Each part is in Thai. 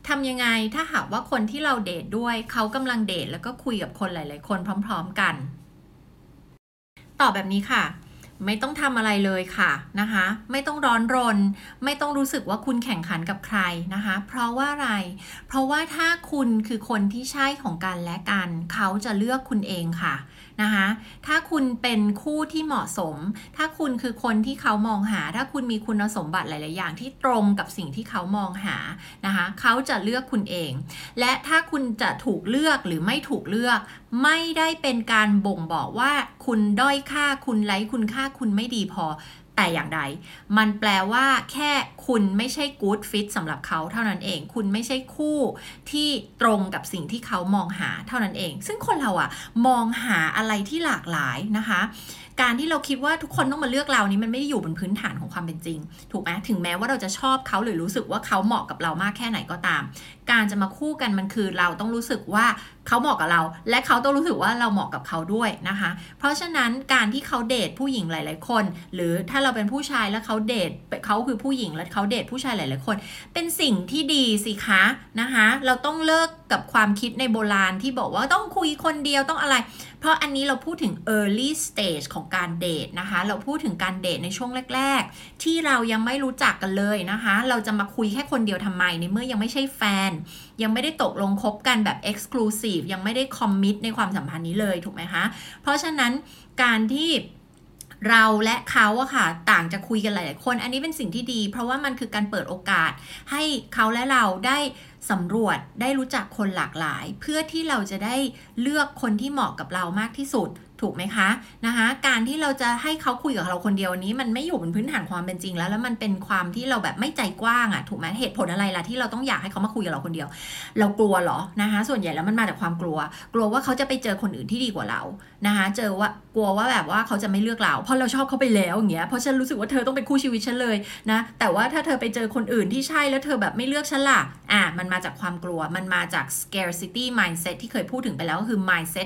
ทำยังไงถ้าหากว่าคนที่เราเดทด้วยเขากำลังเดทแล้วก็คุยกับคนหลายๆคนพร้อมๆกันตอบแบบนี้ค่ะไม่ต้องทำอะไรเลยค่ะนะคะไม่ต้องร้อนรนไม่ต้องรู้สึกว่าคุณแข่งขันกับใครนะคะเพราะว่าอะไรเพราะว่าถ้าคุณคือคนที่ใช่ของกันและกันเขาจะเลือกคุณเองค่ะนะคะถ้าคุณเป็นคู่ที่เหมาะสมถ้าคุณคือคนที่เขามองหาถ้าคุณมีคุณสมบัติหลายๆอย่างที่ตรงกับสิ่งที่เขามองหานะคะเขาจะเลือกคุณเองและถ้าคุณจะถูกเลือกหรือไม่ถูกเลือกไม่ได้เป็นการบ่งบอกว่าคุณด้อยค่าคุณไร้คุณค่าคุณไม่ดีพอแต่อย่างใดมันแปลว่าแค่คุณไม่ใช่ good fit สำหรับเขาเท่านั้นเองคุณไม่ใช่คู่ที่ตรงกับสิ่งที่เขามองหาเท่านั้นเองซึ่งคนเราอะมองหาอะไรที่หลากหลายนะคะการที่เราคิดว่าทุกคนต้องมาเลือกเรานี้มันไม่ได้อยู่บนพื้นฐานของความเป็นจริงถูกไหมถึงแม้ว่าเราจะชอบเขาหรือรู้สึกว่าเขาเหมาะกับเรามากแค่ไหนก็ตามการจะมาคู่กันมันคือเราต้องรู้สึกว่าเขาเหมาะกับเราและเขาต้องรู้สึกว่าเราเหมาะกับเขาด้วยนะคะเพราะฉะนั้นการที่เขาเดทผู้หญิงหลายๆคนหรือถ้าเราเป็นผู้ชายแล้วเขาเดทเขาคือผู้หญิงแล้วเขาเดทผู้ชายหลายๆคนเป็นสิ่งที่ดีสิคะนะคะเราต้องเลิกกับความคิดในโบราณที่บอกว่าต้องคุยคนเดียวต้องอะไรเพราะอันนี้เราพูดถึง early stage ของการเดทนะคะเราพูดถึงการเดทในช่วงแรกๆที่เรายังไม่รู้จักกันเลยนะคะเราจะมาคุยแค่คนเดียวทำไมในเมื่อยังไม่ใช่แฟนยังไม่ได้ตกลงคบกันแบบ exclusive ยังไม่ได้ commit ในความสัมพันธ์นี้เลยถูกไหมคะเพราะฉะนั้นการที่เราและเขาอะค่ะต่างจะคุยกันหลายๆคนอันนี้เป็นสิ่งที่ดีเพราะว่ามันคือการเปิดโอกาสให้เขาและเราได้สำรวจได้รู้จักคนหลากหลายเพื่อที่เราจะได้เลือกคนที่เหมาะกับเรามากที่สุดถูกไหมคะนะคะการที่เราจะให้เขาคุยกับเราคนเดียวนี้มันไม่อยู่บนพื้นฐานความเป็นจริงแล้วมันเป็นความที่เราแบบไม่ใจกว้างอะถูกไหมเหตุผลอะไรล่ะที่เราต้องอยากให้เขามาคุยกับเราคนเดียวเรากลัวเหรอนะคะส่วนใหญ่แล้วมันมาจากความกลัวว่าเขาจะไปเจอคนอื่นที่ดีกว่าเรานะคะกลัวว่าแบบว่าเขาจะไม่เลือกเราเพราะเราชอบเขาไปแล้วอย่างเงี้ยเพราะฉันรู้สึกว่าเธอต้องเป็นคู่ชีวิตฉันเลยนะแต่ว่าถ้าเธอไปเจอคนอื่นที่ใช่แล้วเธอแบบไม่เลือกฉันล่ะมันมาจากความกลัวมันมาจาก scarcity mindset ที่เคยพูดถึงไปแล้วก็คือ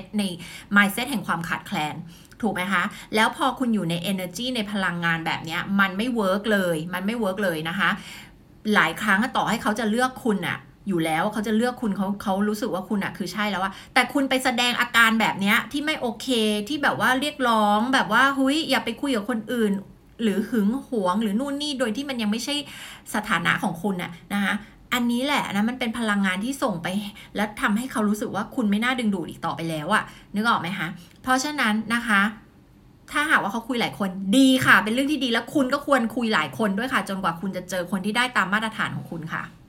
mindset แห่งความขาดแคลนถูกไหมคะแล้วพอคุณอยู่ใน energy ในพลังงานแบบนี้มันไม่เวิร์กเลยนะคะหลายครั้งต่อให้เขาจะเลือกคุณอะอยู่แล้วเขาจะเลือกคุณเขารู้สึกว่าคุณอะคือใช่แล้วว่าแต่คุณไปแสดงอาการแบบนี้ที่ไม่โอเคที่แบบว่าเรียกร้องแบบว่าเฮ้ยอย่าไปคุยกับคนอื่นหรือหึงหวงหรือนู่นนี่โดยที่มันยังไม่ใช่สถานะของคุณอะนะคะอันนี้แหละนะมันเป็นพลังงานที่ส่งไปแล้วทำให้เขารู้สึกว่าคุณไม่น่าดึงดูดอีกต่อไปแล้วอะนึกออกไหมคะเพราะฉะนั้นนะคะถ้าหากว่าเขาคุยหลายคนดีค่ะเป็นเรื่องที่ดีแล้วคุณก็ควรคุยหลายคนด้วยค่ะจนกว่าคุณจะเจอคนที่ได้ตามมาตรฐานของคุณค่ะ